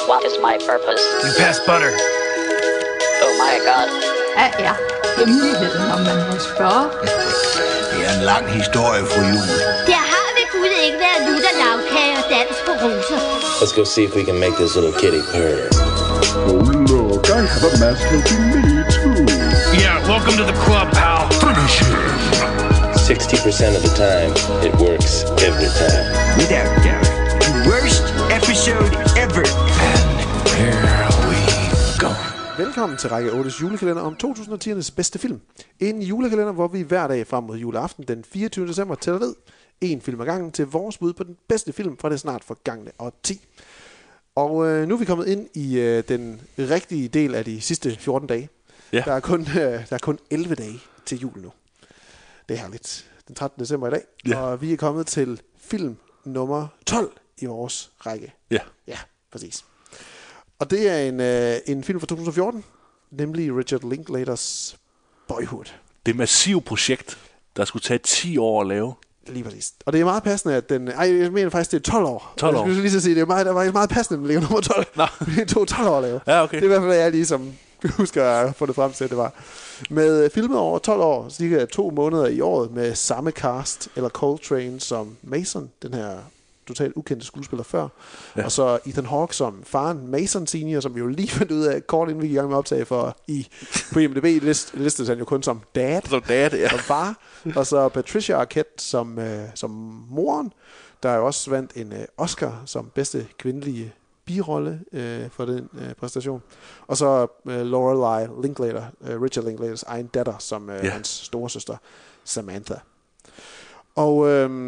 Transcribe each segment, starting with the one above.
What is my purpose? You pass butter. Oh my god. Hvad er hemmeligheden, om man må spørge? Det er en lang historie, fru Jul. Der har ved Gud ikke været lutter lavkage og dans på roser. Let's go see if we can make this little kitty purr. Oh look, I have a mask helping me too. Yeah, welcome to the club, pal. Finish him. 60% of the time, it works every time. Without doubt, the worst episode ever. And here we go. Velkommen til Række 8's julekalender om 2010'ernes bedste film. En julekalender, hvor vi hver dag frem mod juleaften den 24. december tæller ned en film ad gangen til vores bud på den bedste film fra det snart forgangne årti. Og nu er vi kommet ind i den rigtige del af de sidste 14 dage. Ja. Der er kun 11 dage til jul nu. Det er herligt. Den 13. december i dag. Ja. Og vi er kommet til film nummer 12 i vores række. Ja. Ja, præcis. Og det er en film fra 2014, nemlig Richard Linklaters Boyhood. Det massive projekt, der skulle tage 10 år at lave. Lige præcis. Og det er meget passende, at den... jeg mener faktisk, det er 12 år. 12 år. Jeg skulle lige så sige, det er meget passende, at den ligger nummer 12. Nå. Det tog 12 år at lave. Ja, okay. Det er i hvert fald, hvad jeg ligesom husker at få det frem til, at det var. Med filmet over 12 år, cirka 2 måneder i året, med samme cast, eller Coltrane som Mason, den her totalt ukendte skuespiller før. Ja. Og så Ethan Hawke som faren, Mason Senior, som vi jo lige fandt ud af kort inden vi gik i gang med optag for på IMDb listede han jo kun som dad. Som dad, ja. Som far. Og så Patricia Arquette som moren, der jo også vandt en Oscar som bedste kvindelige birolle for den præstation. Og så Lorelei Linklater, Richard Linklaters egen datter, som hans storesøster Samantha. Og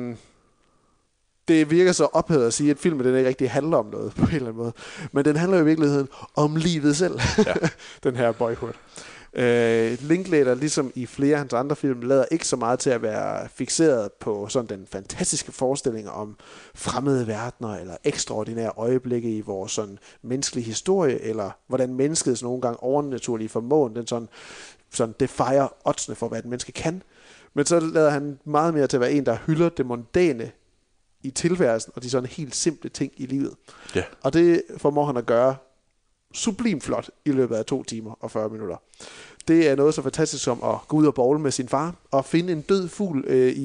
det virker så ophedet at sige, at filmen den ikke rigtig handler om noget på en eller anden måde. Men den handler jo i virkeligheden om livet selv, ja. Den her Boyhood. Linklater, ligesom i flere af hans andre film, lader ikke så meget til at være fikseret på sådan den fantastiske forestilling om fremmede verdener eller ekstraordinære øjeblikke i vores sådan menneskelige historie, eller hvordan menneskets nogle gange overnaturlige formåen, den sådan defier oddsene for, hvad et menneske kan. Men så lader han meget mere til at være en, der hylder det mondæne i tilværelsen, og de sådan helt simple ting i livet. Ja. Og det formår han at gøre sublimt flot i løbet af 2 timer og 40 minutter. Det er noget så fantastisk som at gå ud og bowle med sin far, og finde en død fugl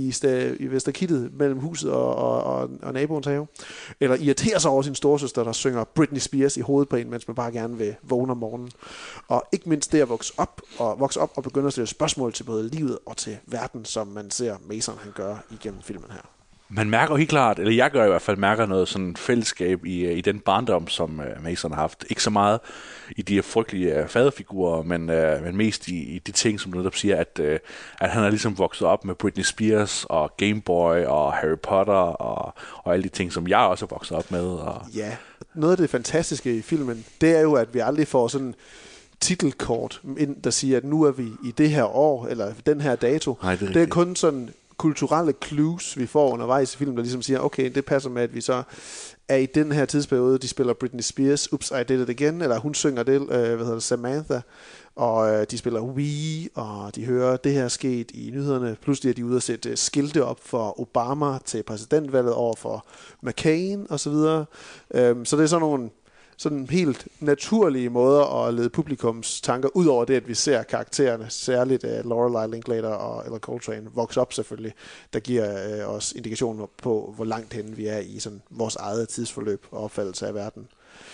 i Vesterkittet mellem huset og naboens have. Eller irritere sig over sin storesøster, der synger Britney Spears i hovedet på en, mens man bare gerne vil vågne om morgenen. Og ikke mindst det at vokse op og begynde at stille spørgsmål til både livet og til verden, som man ser Mason han gør igennem filmen her. Man mærker helt klart, eller jeg gør i hvert fald, mærker noget sådan fællesskab i den barndom, som Mason har haft. Ikke så meget i de frygtelige faderfigurer, men mest i de ting, som netop siger, at han er ligesom vokset op med Britney Spears og Game Boy og Harry Potter og alle de ting, som jeg også er vokset op med. Og ja, noget af det fantastiske i filmen, det er jo, at vi aldrig får sådan titelkort ind, der siger, at nu er vi i det her år, eller den her dato. Nej, det er kun sådan kulturelle clues, vi får undervejs i filmen, der ligesom siger, okay, det passer med, at vi så er i den her tidsperiode, de spiller Britney Spears, Oops, I Did It Again, eller hun synger det, Samantha, og de spiller Wii, og de hører, det her sket i nyhederne. Pludselig er de ude at sætte skilte op for Obama til præsidentvalget over for McCain, og så videre. Så det er sådan nogle sådan helt naturlige måder at lede publikums tanker, ud over det, at vi ser karaktererne, særligt Lorelei Linklater eller Coltrane, vokse op selvfølgelig, der giver os indikationer på, hvor langt hen vi er i sådan vores eget tidsforløb og opfattelse af verden.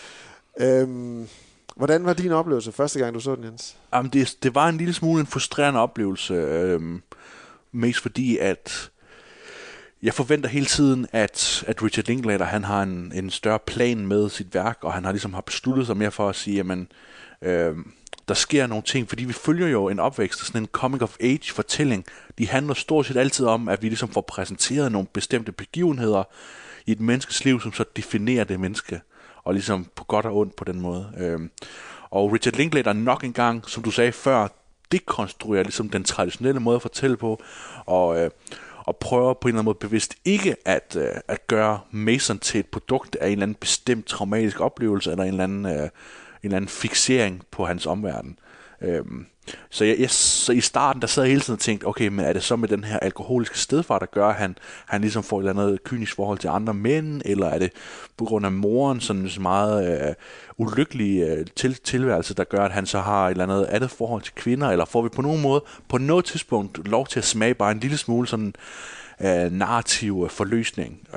Hvordan var din oplevelse første gang, du så den, Jens? Jamen, det var en lille smule en frustrerende oplevelse, mest fordi, at jeg forventer hele tiden, at Richard Linklater, han har en større plan med sit værk, og han har ligesom besluttet sig mere for at sige, jamen, der sker nogle ting, fordi vi følger jo en opvækst, sådan en coming-of-age fortælling. De handler stort set altid om, at vi ligesom får præsenteret nogle bestemte begivenheder i et menneskes liv, som så definerer det menneske, og ligesom på godt og ondt på den måde. Og Richard Linklater nok engang, som du sagde før, dekonstruerer ligesom den traditionelle måde at fortælle på, og prøver på en eller anden måde bevidst ikke at gøre Mason til et produkt af en eller anden bestemt traumatisk oplevelse, eller en eller anden fixering på hans omverden. Så i starten, der sad jeg hele tiden og tænkte, okay, men er det så med den her alkoholiske stedfar, der gør, at han ligesom får et eller andet kynisk forhold til andre mænd, eller er det på grund af moren sådan meget ulykkelig tilværelse, der gør, at han så har et eller andet forhold til kvinder, eller får vi på nogen måde, på noget tidspunkt, lov til at smage bare en lille smule sådan narrativ forløsning.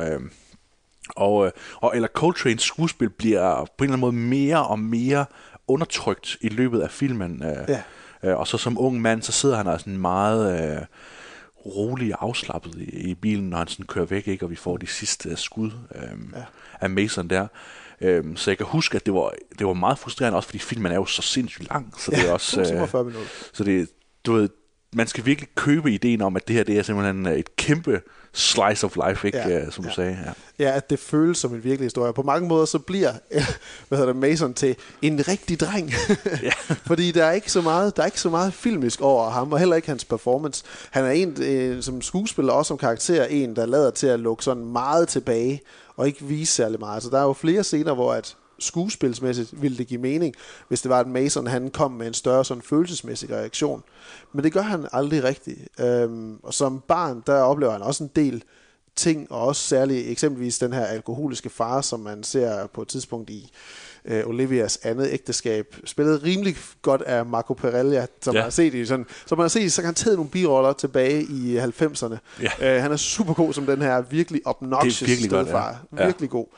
Eller Coltranes skuespil bliver på en eller anden måde mere og mere undertrykt i løbet af filmen. Og så som ung mand, så sidder han altså sådan meget rolig og afslappet i bilen, når han sådan kører væk, ikke? Og vi får de sidste skud af Mason der. Så jeg kan huske, at det var meget frustrerende, også fordi filmen er jo så sindssygt lang. Så det er også 45 minutter. Så det, du ved, man skal virkelig købe ideen om, at det her det er simpelthen et kæmpe slice of life, ikke? Som du sagde. Ja, at det føles som en virkelig historie. På mange måder så bliver Mason til en rigtig dreng. Fordi der er ikke så meget filmisk over ham, og heller ikke hans performance. Han er en som skuespiller, også som karakter, en der lader til at lukke sådan meget tilbage og ikke vise særlig meget. Så der er jo flere scener, hvor at skuespilsmæssigt ville det give mening, hvis det var, at Mason han kom med en større sådan følelsesmæssig reaktion. Men det gør han aldrig rigtigt. Og som barn, der oplever han også en del ting, og også særligt eksempelvis den her alkoholiske far, som man ser på et tidspunkt i Olivias andet ægteskab, spillet rimelig godt af Marco Perella, som man har set i sådan, så man har set så garanteret nogle biroller tilbage i 90'erne. Han er super god som den her virkelig obnoxious stedfar. Virkelig god.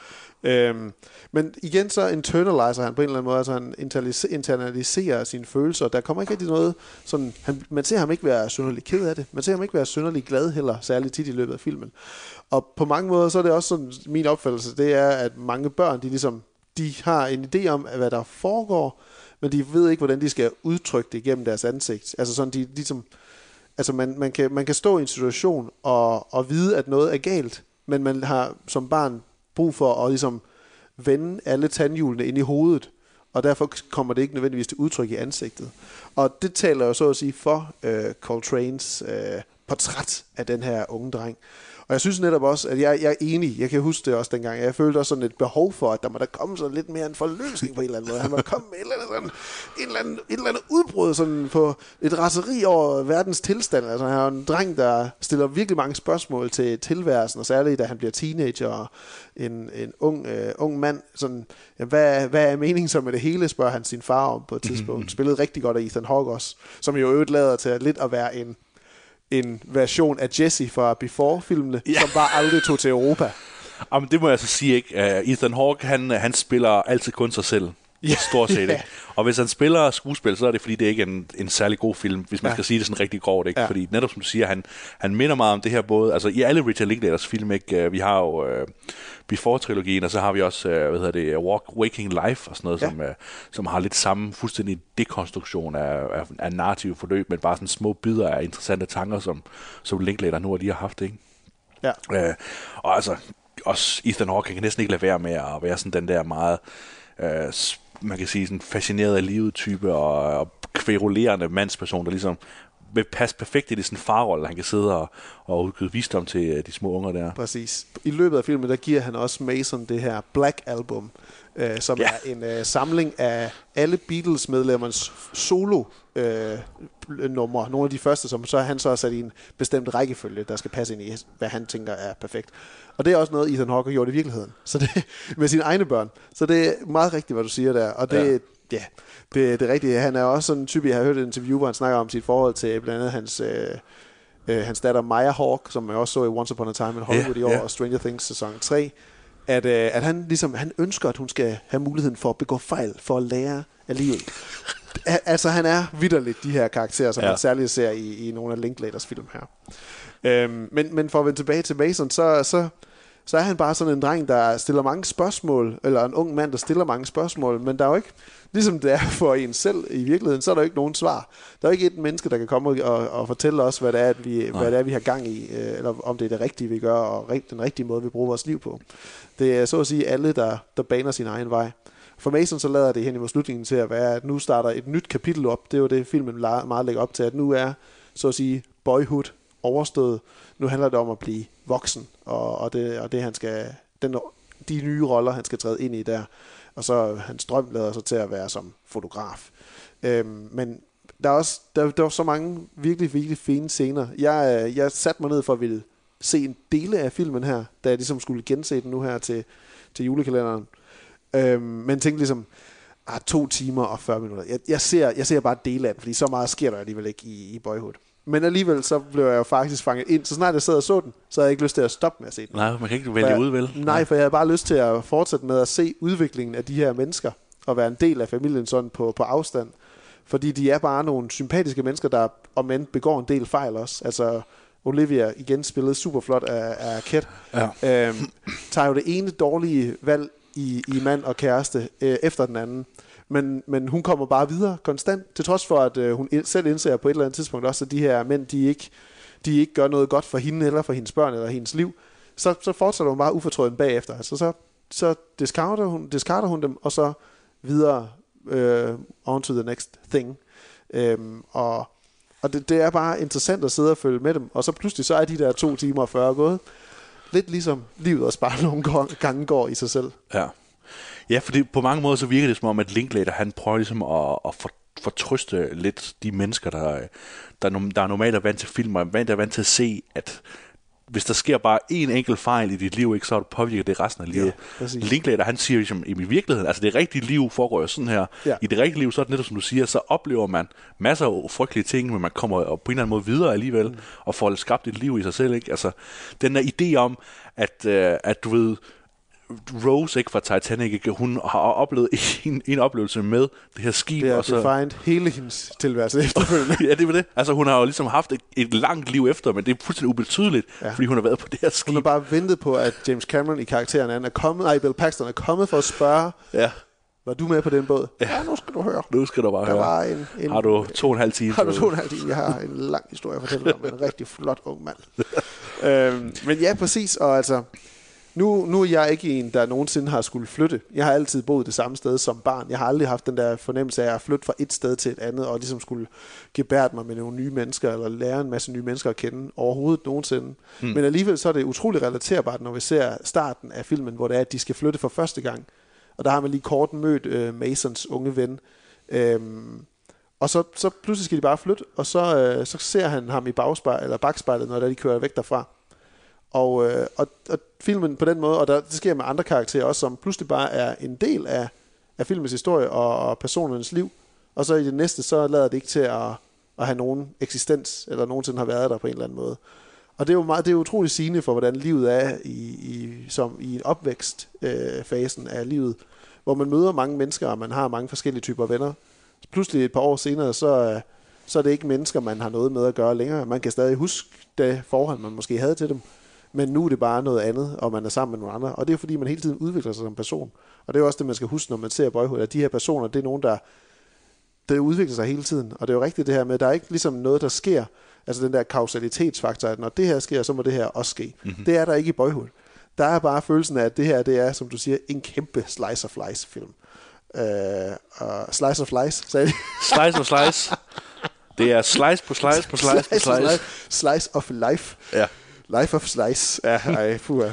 Men igen så internaliserer han på en eller anden måde, altså han internaliserer sine følelser. Der kommer ikke rigtig noget sådan, man ser ham ikke være synderligt ked af det, man ser ham ikke være synderligt glad heller, særligt tit i løbet af filmen. Og på mange måder så er det også sådan, min opfattelse, det er, at mange børn, de har en idé om, hvad der foregår, men de ved ikke, hvordan de skal udtrykke det gennem deres ansigt. Altså sådan, altså man kan stå i en situation og vide, at noget er galt, men man har som barn brug for at ligesom vende alle tandhjulene ind i hovedet, og derfor kommer det ikke nødvendigvis til udtryk i ansigtet. Og det taler jo så at sige for Coltranes portræt af den her unge dreng. Og jeg synes netop også, at jeg er enig, jeg kan huske det også dengang, jeg følte også sådan et behov for, at der må der komme sådan lidt mere en forløsning på en eller anden måde. Han må komme med et eller andet udbrud sådan på et raseri over verdens tilstand. Altså han er en dreng, der stiller virkelig mange spørgsmål til tilværelsen, og særligt da han bliver teenager og en ung mand. Sådan, ja, hvad er meningen så med det hele, spørger han sin far om på et tidspunkt. Spillet rigtig godt af Ethan Hawke også, som jo øvrigt lader til lidt at være en version af Jesse fra Before-filmene, som bare aldrig tog til Europa. Jamen, det må jeg så sige, ikke? Ethan Hawke, han spiller altid kun sig selv. Stort set, ikke? Og hvis han spiller skuespil, så er det, fordi det ikke er en særlig god film, hvis man skal sige det sådan rigtig grovt, ikke? Fordi netop som du siger, han minder meget om det her både, altså i alle Richard Linklaters film, ikke? Vi har jo Before-trilogien, og så har vi også, Waking Life og sådan noget, som har lidt samme fuldstændig dekonstruktion af narrative forløb, men bare sådan små bidder af interessante tanker, som Linklater nu lige har haft, ikke? Ja. Og altså, også Ethan Hawke kan næsten ikke lade være med at være sådan den der meget man kan sige sådan fascineret af livet type og kværulerende mandsperson, der ligesom vil passe perfekt i det sådan farrolle, han kan sidde og udgyde visdom til de små unger der. Præcis. I løbet af filmen, der giver han også Mason det her Black Album, som er en samling af alle Beatles-medlemmers solo numre. Nogle af de første, som så han så har sat i en bestemt rækkefølge, der skal passe ind i, hvad han tænker er perfekt. Og det er også noget, Ethan Hawke har gjort i virkeligheden. Så det med sine egne børn. Så det er meget rigtigt, hvad du siger der. Og det, det er rigtigt. Han er også sådan en type, jeg har hørt et interview, hvor han snakker om sit forhold til blandt andet hans datter Maya Hawke, som jeg også så i Once Upon a Time in Hollywood i år, og Stranger Things sæson 3. At han ligesom, han ønsker, at hun skal have muligheden for at begå fejl, for at lære af livet. Altså han er vitterligt de her karakterer, som man særligt ser i nogle af Linklaters film her. Men for at vende tilbage til Mason, så er han bare sådan en dreng, der stiller mange spørgsmål, eller en ung mand, der stiller mange spørgsmål, men der er jo ikke, ligesom det er for en selv i virkeligheden, så er der jo ikke nogen svar. Der er jo ikke et menneske, der kan komme og fortælle os, hvad det er, vi har gang i, eller om det er det rigtige, vi gør, og den rigtige måde, vi bruger vores liv på. Det er så at sige alle, der baner sin egen vej. For Mason så lader det hen imod slutningen til at være, at nu starter et nyt kapitel op. Det er jo det, filmen meget lægger op til, at nu er, så at sige, boyhood overstået. Nu handler det om at blive voksen, og det han skal, de nye roller, han skal træde ind i der. Og så hans drøm lader sig til at være som fotograf. Men der var så mange virkelig, virkelig fine scener. Jeg satte mig ned for at ville se en dele af filmen her, da jeg ligesom skulle gense den nu her til julekalenderen. Men tænkte ligesom, 2 timer og 40 minutter. Jeg ser bare dele af den, fordi så meget sker der alligevel ikke i Boyhood. Men alligevel så blev jeg jo faktisk fanget ind. Så snart jeg sad og så den, så havde jeg ikke lyst til at stoppe med at se den. Nej, man kan ikke vælge ud, vel? Nej, for jeg havde bare lyst til at fortsætte med at se udviklingen af de her mennesker, og være en del af familien sådan på afstand. Fordi de er bare nogle sympatiske mennesker, der om end begår en del fejl også. Altså Olivia igen spillede super flot af Ket. Ja. Tager jo det ene dårlige valg i mand og kæreste efter den anden. Men hun kommer bare videre konstant, til trods for, at hun selv indser på et eller andet tidspunkt også, at de her mænd, de ikke gør noget godt for hende, eller for hendes børn, eller hendes liv. Så fortsætter hun bare ufortrøden bagefter. Altså så discarder hun dem, og så videre on to the next thing. Og det er bare interessant at sidde og følge med dem. Og så pludselig så er de der 2 timer og 40 gået. Lidt ligesom livet også bare nogle gange går i sig selv. Ja. Ja, fordi på mange måder så virker det som om, at Linklater, han prøver ligesom at fortrøste lidt de mennesker, der normalt er vant til film, og er vant til at se, at hvis der sker bare en enkelt fejl i dit liv, ikke, så påvirker det resten af livet. Ja, Linklater, han siger ligesom, i virkeligheden, altså det rigtige liv foregår jo sådan her. Ja. I det rigtige liv, så er det netop, som du siger, så oplever man masser af frygtelige ting, men man kommer på en eller anden måde videre alligevel, og får skabt et liv i sig selv. Ikke? Altså, den der idé om, at du ved, Rose, ikke, fra Titanic, ikke, hun har oplevet en oplevelse med det her skib. Det er og så defined hele hendes tilværelse efterfølgende. Ja, det var det. Altså, hun har jo ligesom haft et langt liv efter, men det er fuldstændig ubetydeligt, fordi hun har været på det her skib. Hun har bare ventet på, at James Cameron i karakteren Bill Paxton er kommet for at spørge, var du med på den båd? Ja, nu skal du høre. Nu skal du bare høre. Har du 2,5 timer? Har du 2,5 timer? Jeg har en lang historie at fortælle om en rigtig flot ung mand. Men ja, præcis. Og altså, nu er jeg ikke en, der nogensinde har skulle flytte. Jeg har altid boet det samme sted som barn. Jeg har aldrig haft den der fornemmelse af at flytte fra et sted til et andet, og ligesom skulle gebære mig med nogle nye mennesker, eller lære en masse nye mennesker at kende overhovedet nogensinde. Men alligevel så er det utrolig relaterbart, når vi ser starten af filmen, hvor det er, at de skal flytte for første gang. Og der har man lige kort mødt Masons unge ven. Og så pludselig skal de bare flytte, og så ser han ham i bagspejlet, når de kører væk derfra. Og filmen på den måde, og det sker med andre karakterer også, som pludselig bare er en del af filmens historie og personernes liv. Og så i det næste, så lader det ikke til at have nogen eksistens, eller nogensinde har været der på en eller anden måde. Og det er jo utroligt sigende for, hvordan livet er i en opvækstfasen af livet, hvor man møder mange mennesker, og man har mange forskellige typer venner. Pludselig et par år senere, så er det ikke mennesker, man har noget med at gøre længere. Man kan stadig huske det forhold, man måske havde til dem, men nu er det bare noget andet, og man er sammen med nogle andre. Og det er fordi, man hele tiden udvikler sig som person. Og det er også det, man skal huske, når man ser Boyhood, at de her personer, det er nogen, der udvikler sig hele tiden. Og det er jo rigtigt det her med, at der er ikke ligesom noget, der sker, altså den der kausalitetsfaktor, at når det her sker, så må det her også ske. Mm-hmm. Det er der ikke i Boyhood. Der er bare følelsen af, at det her, det er, som du siger, en kæmpe slice of life film. Slice of life, sagde de. Slice of slice. Det er slice på slice på slice på slice. Slice of life. Ja. Life of slice. Ja, ej, puha.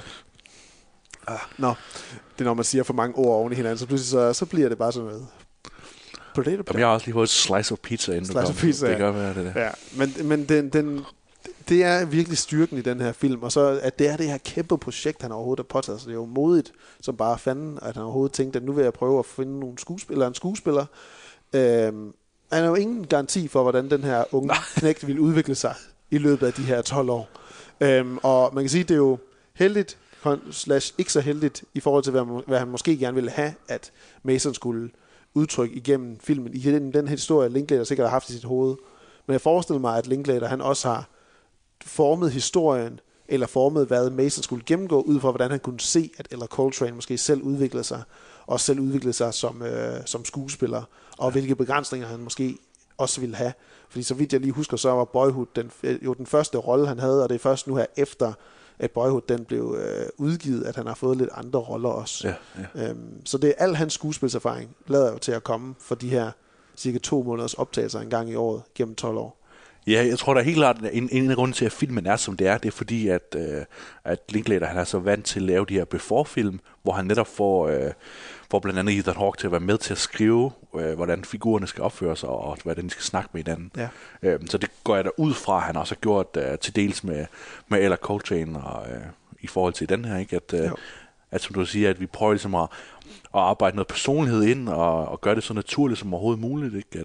Nå, det er når man siger for mange ord oven i hinanden, så pludselig så bliver det bare sådan noget. Jeg har også lige fået et slice of pizza inden du kom. Pizza, det kan være det der. Ja, men det er virkelig styrken i den her film, og så at det er det her kæmpe projekt, han overhovedet har påtaget. Så det er jo modigt, som bare fanden, at han overhovedet tænkte, at nu vil jeg prøve at finde en skuespiller. Han har jo ingen garanti for, hvordan den her unge knægt vil udvikle sig i løbet af de her 12 år. Og man kan sige, at det er jo heldigt / ikke så heldigt i forhold til, hvad han måske gerne ville have, at Mason skulle udtrykke igennem filmen. I den historie, Linklater sikkert har haft i sit hoved. Men jeg forestiller mig, at Linklater han også har formet historien, eller formet, hvad Mason skulle gennemgå, ud fra hvordan han kunne se, at Eller Coltrane måske selv udviklede sig, som skuespiller, og hvilke begrænsninger han måske også ville have. Fordi så vidt jeg lige husker, så var Boyhood den første rolle, han havde, og det er først nu her efter, at Boyhood den blev udgivet, at han har fået lidt andre roller også. Ja. Så det er al hans skuespilserfaring lader jo til at komme for de her cirka 2 måneders optagelser en gang i året gennem 12 år. Ja, jeg tror da helt klart, at en af grunden til, at filmen er, som det er, det er fordi, at Linklater, han er så vant til at lave de her before-film, hvor han netop får blandt andet Ethan Hawke til at være med til at skrive, hvordan figurerne skal opføre sig, og hvordan de skal snakke med hinanden. Ja. Så det går jeg da ud fra, at han også har gjort til dels med Ella Coltrane, og i forhold til den her, ikke? At som du siger, at vi prøver ligesom at arbejde noget personlighed ind, og gøre det så naturligt som overhovedet muligt, ikke?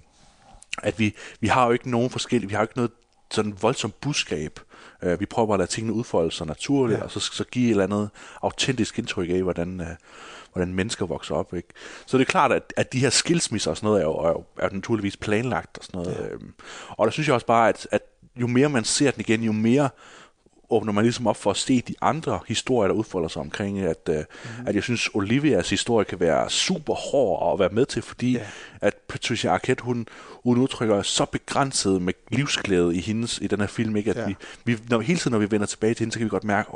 At vi har jo ikke nogen forskellige, vi har jo ikke noget sådan voldsomt budskab. Vi prøver bare at lade tingene udfolde sig naturligt, og så give et eller andet autentisk indtryk af, hvordan mennesker vokser op, ikke? Så det er klart, at de her skilsmisser og sådan noget er naturligvis planlagt og sådan noget. Ja. Og der synes jeg også bare, at jo mere man ser den igen, jo mere åbner man ligesom op for at se de andre historier, der udfolder sig omkring, at jeg synes, Olivias historie kan være super hård at være med til, fordi at Patricia Arquette, hun udtrykker så begrænset med livsglæde i den her film, ikke? At vi hele tiden, når vi vender tilbage til hende, så kan vi godt mærke,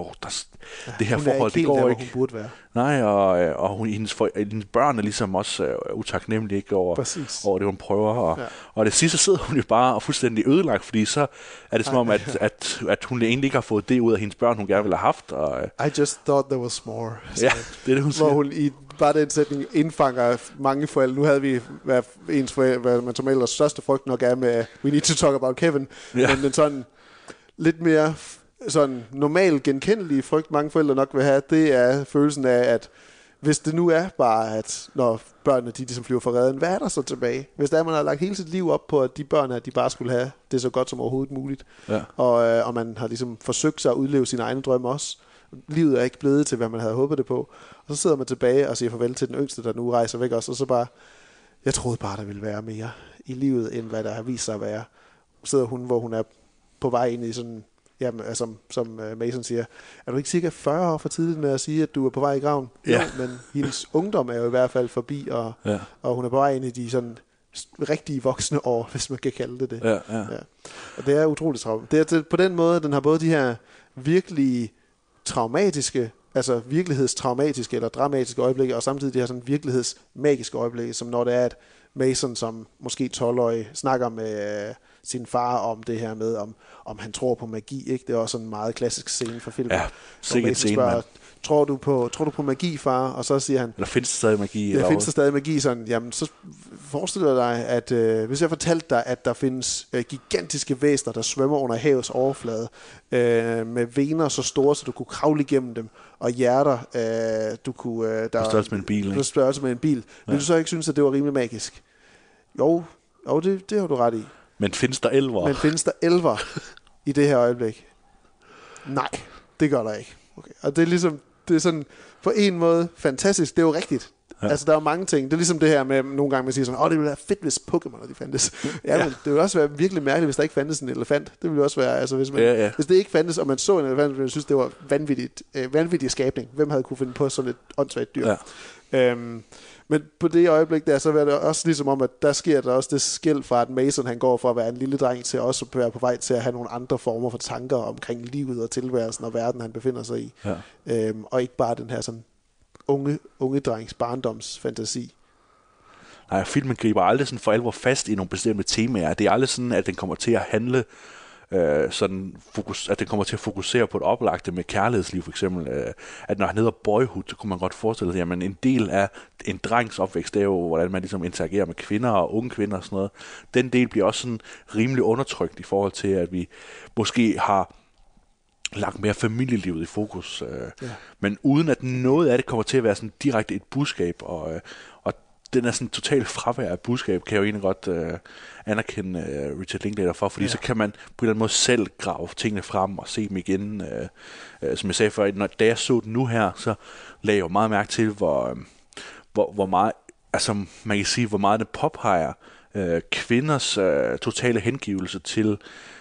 det her forhold, det går ikke. Hun burde være. Nej, og hendes børn er ligesom også utaknemmelige, ikke? Over det, hun prøver. Og det sidste sidder hun jo bare og fuldstændig ødelagt, fordi så er det som om, at hun egentlig ikke har fået det ud af hendes børn, hun gerne ville have haft. I just thought there was more. Ja, det er det, hun siger. Hvor hun i bare den sætning indfanger mange forældre. Nu havde vi ens forældre, man som ellers største frygt nok er med We Need to Talk About Kevin. Ja. Men den sådan lidt mere sådan normal genkendelige frygt, mange forældre nok vil have, det er følelsen af, at hvis det nu er bare, at når børnene de ligesom flyver fra redden, hvad er der så tilbage? Hvis der man har lagt hele sit liv op på, at de børn, at de bare skulle have det så godt som overhovedet muligt, og man har ligesom forsøgt sig at udleve sine egne drømme også. Livet er ikke blevet til, hvad man havde håbet det på. Og så sidder man tilbage og siger farvel til den yngste, der nu rejser væk også, og så bare, jeg troede bare, der ville være mere i livet, end hvad der har vist sig at være. Sidder hun, hvor hun er på vej ind i sådan, jamen, som Mason siger, er du ikke cirka 40 år for tidligt med at sige, at du er på vej i graven? Ja. Jo, men hendes ungdom er jo i hvert fald forbi, og hun er på vej ind i de sådan rigtige voksne år, hvis man kan kalde det. Ja. Og det er utroligt traumatisk. Det er på den måde, den har både de her virkelig traumatiske, altså virkelighedstraumatiske eller dramatiske øjeblikke, og samtidig de her sådan virkelighedsmagiske øjeblikke, som når det er, at Mason som måske 12-årig snakker med sin far om det her med, om han tror på magi, ikke? Det er også en meget klassisk scene for filmen. Ja, sikkert scene, spørger, tror du på magi, far? Og så siger han, eller findes der stadig magi? Der findes der stadig magi, sådan, jamen så forestiller dig, at hvis jeg fortalte dig, at der findes gigantiske væsener, der svømmer under havets overflade, med vener så store, så du kunne kravle igennem dem, og hjerter, du kunne... størrelse med en bil, ikke? Størrelse med en bil. Vil du så ikke synes, at det var rimelig magisk? Jo, det har du ret i. Men findes der elver? I det her øjeblik? Nej, det gør der ikke. Okay. Og det er ligesom, det er sådan på en måde fantastisk. Det er jo rigtigt. Ja. Altså der er mange ting. Det er ligesom det her med nogle gange man siger sådan, det ville være fedt hvis Pokémon de fandtes. Men det ville også være virkelig mærkeligt hvis der ikke fandtes en elefant. Det ville også være, altså hvis man hvis det ikke fandtes og man så en elefant, ville jeg synes det var vanvittig skabning. Hvem havde kunne finde på sådan et åndssvagt dyr? Ja. Men på det øjeblik der, så var det også ligesom om, at der sker der også det skel fra, at Mason han går fra at være en lille dreng til også at være på vej til at have nogle andre former for tanker omkring livet og tilværelsen og verden, han befinder sig i. Ja. Og ikke bare den her sådan unge drengs barndomsfantasi. Nej, filmen griber aldrig sådan for alvor fast i nogle bestemte temaer. Det er aldrig sådan, at den kommer til at handle at den kommer til at fokusere på et oplagte med kærlighedsliv, for eksempel. At når han hedder Boyhood, så kunne man godt forestille sig, at en del af en drengs opvækst, det er jo, hvordan man ligesom interagerer med kvinder og unge kvinder og sådan noget. Den del bliver også sådan rimelig undertrykt i forhold til, at vi måske har lagt mere familielivet i fokus. Men uden at noget af det kommer til at være sådan direkte et budskab, og den er sådan totalt fravær af budskab, kan jeg jo egentlig godt anerkende Richard Linklater for, fordi så kan man på en eller anden måde selv grave tingene frem og se dem igen. Som jeg sagde før, da jeg så den nu her, så lagde jeg jo meget mærke til, hvor meget, altså man kan sige, hvor meget det påpeger kvinders totale hengivelse til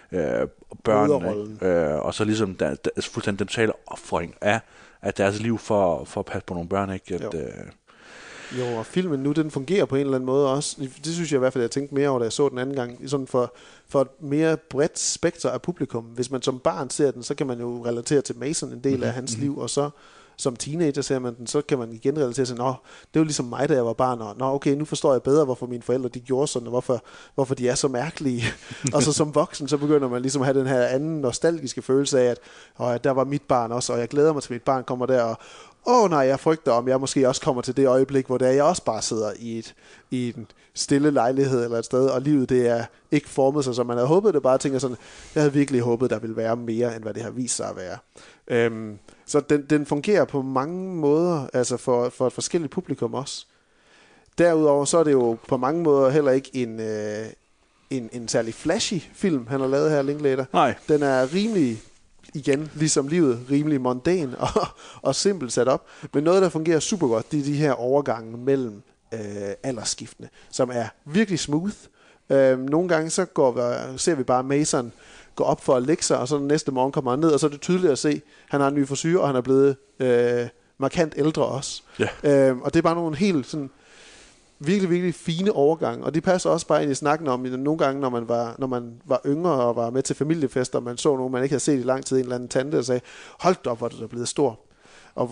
børnene, og så ligesom fuldstændig den totale opfordring af deres liv for at passe på nogle børn, ikke? Jo, og filmen nu, den fungerer på en eller anden måde også. Det synes jeg i hvert fald, jeg tænkte mere over, da jeg så den anden gang. Sådan for et mere bredt spekter af publikum. Hvis man som barn ser den, så kan man jo relatere til Mason en del af hans liv, og så som teenager ser man den, så kan man igen relatere sig, nå, det var ligesom mig, da jeg var barn, og nå, okay, nu forstår jeg bedre, hvorfor mine forældre de gjorde sådan, og hvorfor de er så mærkelige. Og så som voksen, så begynder man ligesom at have den her anden nostalgiske følelse af, at der var mit barn også, og jeg glæder mig til, at mit barn kommer der, og nej, jeg frygter, om jeg måske også kommer til det øjeblik, hvor jeg også bare sidder i en stille lejlighed eller et sted, og livet det er ikke formet sig, som man havde håbet det, bare tænker sådan, jeg havde virkelig håbet, der ville være mere, end hvad det har vist sig at være. Så den fungerer på mange måder, altså for et forskelligt publikum også. Derudover så er det jo på mange måder heller ikke en særlig flashy film, han har lavet her, Linklater. Nej. Den er rimelig, igen, ligesom livet, rimelig mondæn og simpelt sat op. Men noget, der fungerer super godt, det er de her overgange mellem aldersskiftene, som er virkelig smooth. Nogle gange så ser vi bare Mason gå op for at lægge sig, og så den næste morgen kommer han ned, og så er det tydeligt at se, at han har en ny frisyre, og han er blevet markant ældre også. Yeah. Og det er bare nogle helt sådan virkelig, virkelig fine overgange, og det passer også bare ind i snakken om, nogle gange, når man var yngre og var med til familiefester, og man så nogen, man ikke havde set i lang tid, en eller anden tante, og sagde, hold da op, hvor er du blevet stor. Og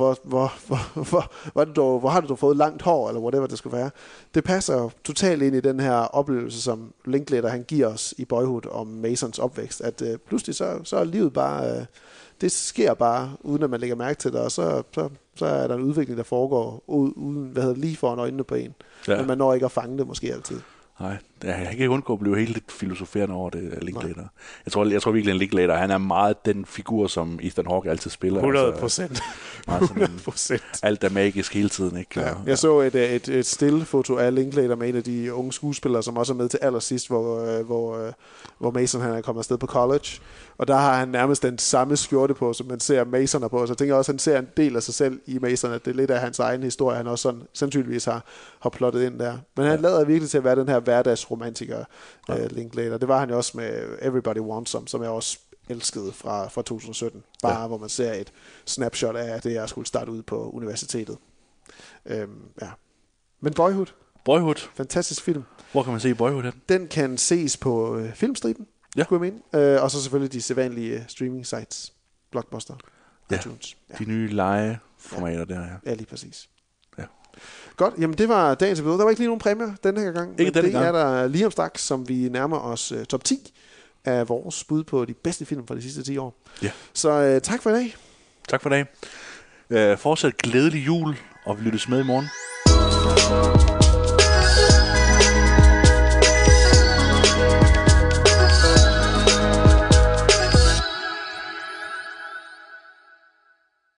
hvor har du dog fået langt hår, eller whatever det skulle være. Det passer totalt ind i den her oplevelse, som Linklater han giver os i Boyhood om Masons opvækst, at pludselig så er livet bare, det sker bare, uden at man lægger mærke til det, og så er der en udvikling, der foregår uden, lige foran øjnene på en. Ja. Men man når ikke at fange det måske altid. Nej, jeg kan ikke undgå at blive helt lidt filosoferende over det, Linklater. Jeg tror virkelig, at Linklater, han er meget den figur, som Ethan Hawke altid spiller. 100%. Alt er magisk hele tiden, ikke? Ja. Jeg så et stillefoto af Linklater med en af de unge skuespillere, som også er med til allersidst, hvor Mason han er kommet afsted på college. Og der har han nærmest den samme skjorte på, som man ser Mason er på. Så jeg tænker også, at han ser en del af sig selv i Mason, at det er lidt af hans egen historie, han også sådan, sandsynligvis har plottet ind der. Men han lader virkelig til at være den her hverdagsromantiker, Linklater. Det var han jo også med Everybody Wants Some, som jeg også elskede fra 2017. Bare hvor man ser et snapshot af det, jeg skulle starte ud på universitetet. Men Boyhood. Fantastisk film. Hvor kan man se Boyhood hen? Den kan ses på Filmstriben, skulle jeg mene. Og så selvfølgelig de sædvanlige streaming sites. Blockbuster, iTunes. De nye legeformater der, Ja, lige præcis. Ja. Godt, jamen det var dagens episode. Der var ikke lige nogen præmier denne her gang. Ikke denne gang. Det er der lige om straks, som vi nærmer os top 10 af vores bud på de bedste film fra de sidste 10 år. Ja. Så tak for i dag. Tak for i dag. Fortsat glædelig jul, og vi lyttes med i morgen.